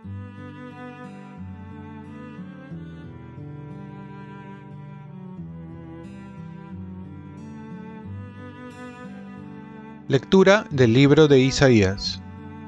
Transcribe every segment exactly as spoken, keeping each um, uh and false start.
Lectura del libro de Isaías.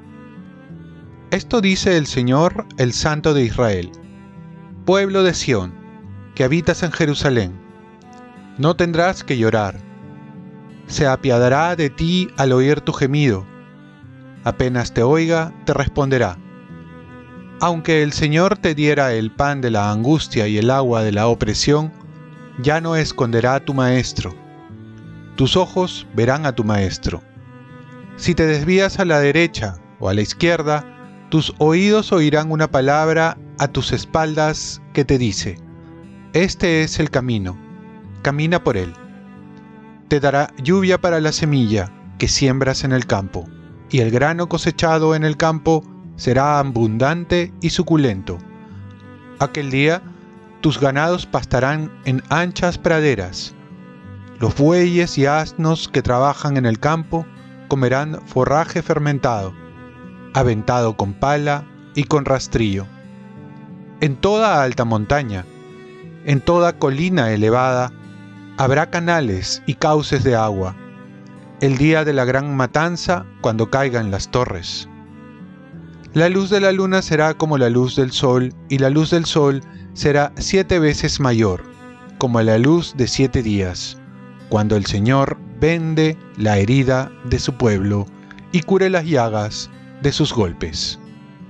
Esto dice el Señor, el Santo de Israel: Pueblo de Sión, que habitas en Jerusalén, no tendrás que llorar. Se apiadará de ti al oír tu gemido. Apenas te oiga, te responderá. Aunque el Señor te diera el pan de la angustia y el agua de la opresión, ya no esconderá a tu maestro. Tus ojos verán a tu maestro. Si te desvías a la derecha o a la izquierda, tus oídos oirán una palabra a tus espaldas que te dice: este es el camino, camina por él. Te dará lluvia para la semilla que siembras en el campo, y el grano cosechado en el campo será abundante y suculento. Aquel día tus ganados pastarán en anchas praderas. Los bueyes y asnos que trabajan en el campo comerán forraje fermentado, aventado con pala y con rastrillo. En toda alta montaña, en toda colina elevada, habrá canales y cauces de agua, el día de la gran matanza, cuando caigan las torres. La luz de la luna será como la luz del sol, y la luz del sol será siete veces mayor, como la luz de siete días, cuando el Señor vende la herida de su pueblo y cure las llagas de sus golpes.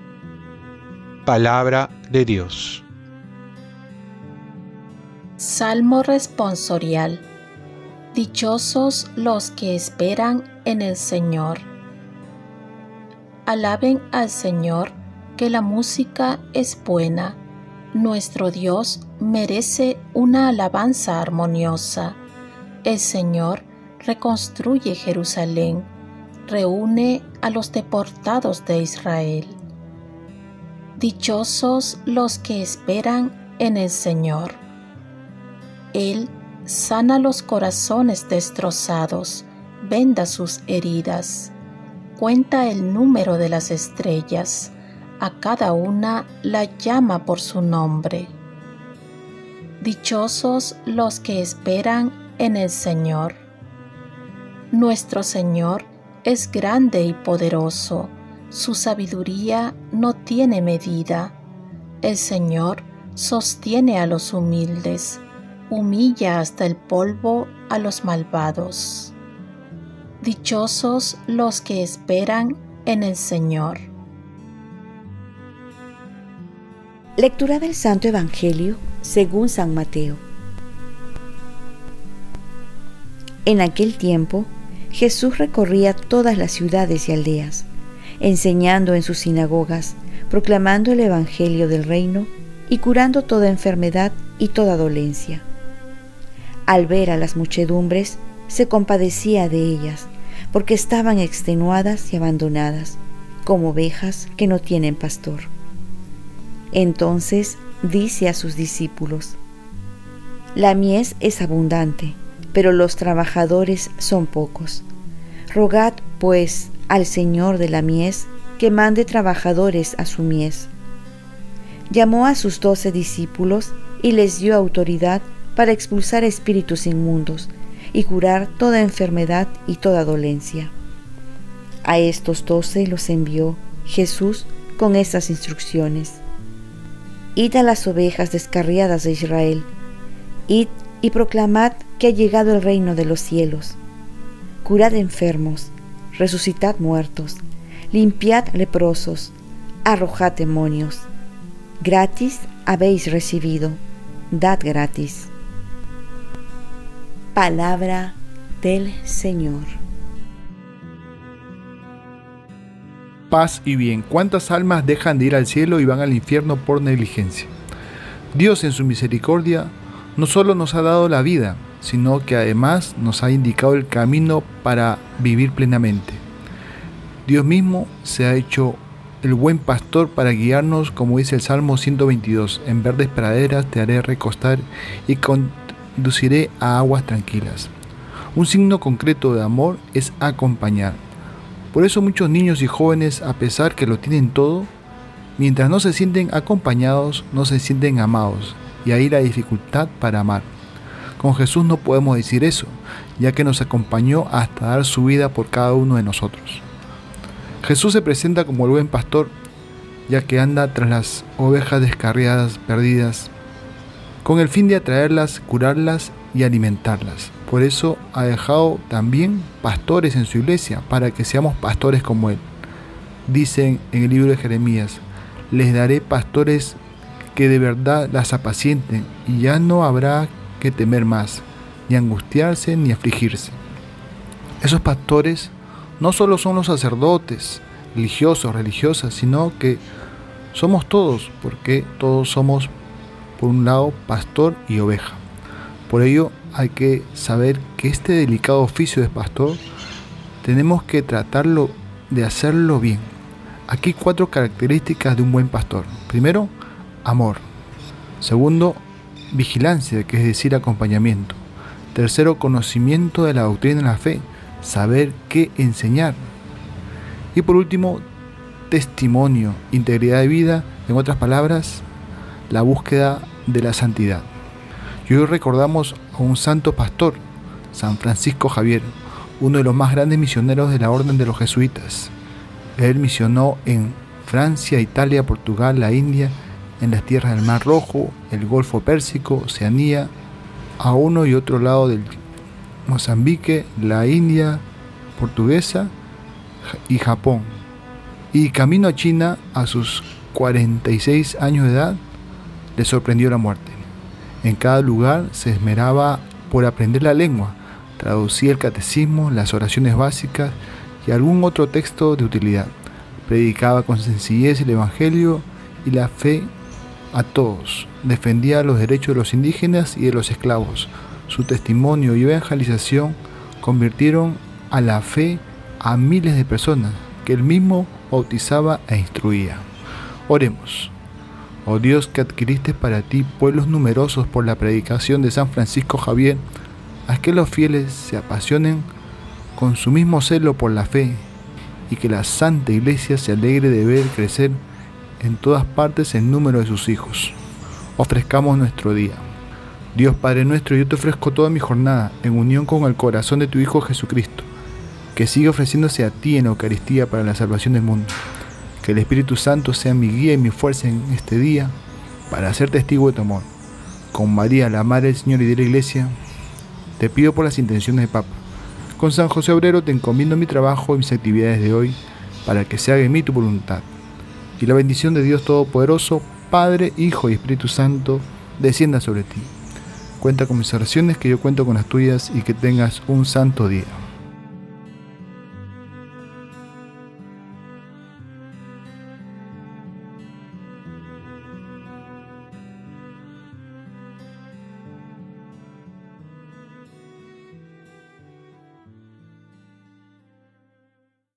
Palabra de Dios. Salmo responsorial. Dichosos los que esperan en el Señor. Alaben al Señor, que la música es buena. Nuestro Dios merece una alabanza armoniosa. El Señor reconstruye Jerusalén, reúne a los deportados de Israel. Dichosos los que esperan en el Señor. Él sana los corazones destrozados, venda sus heridas, cuenta el número de las estrellas, a cada una la llama por su nombre. Dichosos los que esperan en el Señor. Nuestro Señor es grande y poderoso, su sabiduría no tiene medida. El Señor sostiene a los humildes, humilla hasta el polvo a los malvados. Dichosos los que esperan en el Señor. Lectura del Santo Evangelio según San Mateo. En aquel tiempo, Jesús recorría todas las ciudades y aldeas, enseñando en sus sinagogas, proclamando el Evangelio del reino y curando toda enfermedad y toda dolencia. Al ver a las muchedumbres, se compadecía de ellas, porque estaban extenuadas y abandonadas, como ovejas que no tienen pastor. Entonces dice a sus discípulos: la mies es abundante, pero los trabajadores son pocos. Rogad, pues, al Señor de la mies que mande trabajadores a su mies. Llamó a sus doce discípulos y les dio autoridad para expulsar espíritus inmundos y curar toda enfermedad y toda dolencia. A estos doce los envió Jesús con estas instrucciones: id a las ovejas descarriadas de Israel, id y proclamad que ha llegado el reino de los cielos. Curad enfermos, resucitad muertos, limpiad leprosos, arrojad demonios. Gratis habéis recibido, dad gratis. Palabra del Señor. Paz y bien. ¿Cuántas almas dejan de ir al cielo y van al infierno por negligencia? Dios, en su misericordia, no solo nos ha dado la vida, sino que además nos ha indicado el camino para vivir plenamente. Dios mismo se ha hecho el buen pastor para guiarnos, como dice el Salmo ciento veintidós: en verdes praderas te haré recostar y conduciré a aguas tranquilas. Un signo concreto de amor es acompañar. Por eso muchos niños y jóvenes, a pesar que lo tienen todo, Mientras no se sienten acompañados, no se sienten amados, y ahí la dificultad para amar. Con Jesús no podemos decir eso, ya que nos acompañó hasta dar su vida por cada uno de nosotros. Jesús se presenta como el buen pastor, ya que anda tras las ovejas descarriadas, perdidas, con el fin de atraerlas, curarlas y alimentarlas. Por eso ha dejado también pastores en su iglesia, para que seamos pastores como Él. Dicen en el libro de Jeremías: les daré pastores que de verdad las apacienten, y ya no habrá que temer más, ni angustiarse, ni afligirse. Esos pastores no solo son los sacerdotes, religiosos, religiosas, sino que somos todos, porque todos somos, por un lado, pastor y oveja. Por ello hay que saber que este delicado oficio de pastor tenemos que tratarlo de hacerlo bien. Aquí cuatro características de un buen pastor. Primero, amor. Segundo, vigilancia, que es decir, acompañamiento. Tercero, conocimiento de la doctrina de la fe, saber qué enseñar. Y por último, testimonio, integridad de vida, en otras palabras, la búsqueda de la santidad. Y hoy recordamos a un santo pastor, San Francisco Javier, uno de los más grandes misioneros de la orden de los jesuitas. Él misionó en Francia, Italia, Portugal, la India, en las tierras del Mar Rojo, el Golfo Pérsico, Oceanía, a uno y otro lado del Mozambique, la India portuguesa y Japón. Y camino a China, a sus cuarenta y seis años de edad, le sorprendió la muerte. En cada lugar se esmeraba por aprender la lengua, traducía el catecismo, las oraciones básicas y algún otro texto de utilidad. Predicaba con sencillez el evangelio y la fe a todos. Defendía los derechos de los indígenas y de los esclavos. Su testimonio y evangelización convirtieron a la fe a miles de personas que él mismo bautizaba e instruía. Oremos. Oh Dios, que adquiriste para ti pueblos numerosos por la predicación de San Francisco Javier, haz que los fieles se apasionen con su mismo celo por la fe, y que la Santa Iglesia se alegre de ver crecer en todas partes el número de sus hijos. Ofrezcamos nuestro día. Dios Padre nuestro, yo te ofrezco toda mi jornada en unión con el corazón de tu Hijo Jesucristo, que sigue ofreciéndose a ti en la Eucaristía para la salvación del mundo. Que el Espíritu Santo sea mi guía y mi fuerza en este día para ser testigo de tu amor. Con María, la Madre del Señor y de la Iglesia, te pido por las intenciones de Papa. Con San José Obrero te encomiendo mi trabajo y mis actividades de hoy, para que se haga en mí tu voluntad. Y la bendición de Dios Todopoderoso, Padre, Hijo y Espíritu Santo, descienda sobre ti. Cuenta con mis oraciones, que yo cuento con las tuyas, y que tengas un santo día.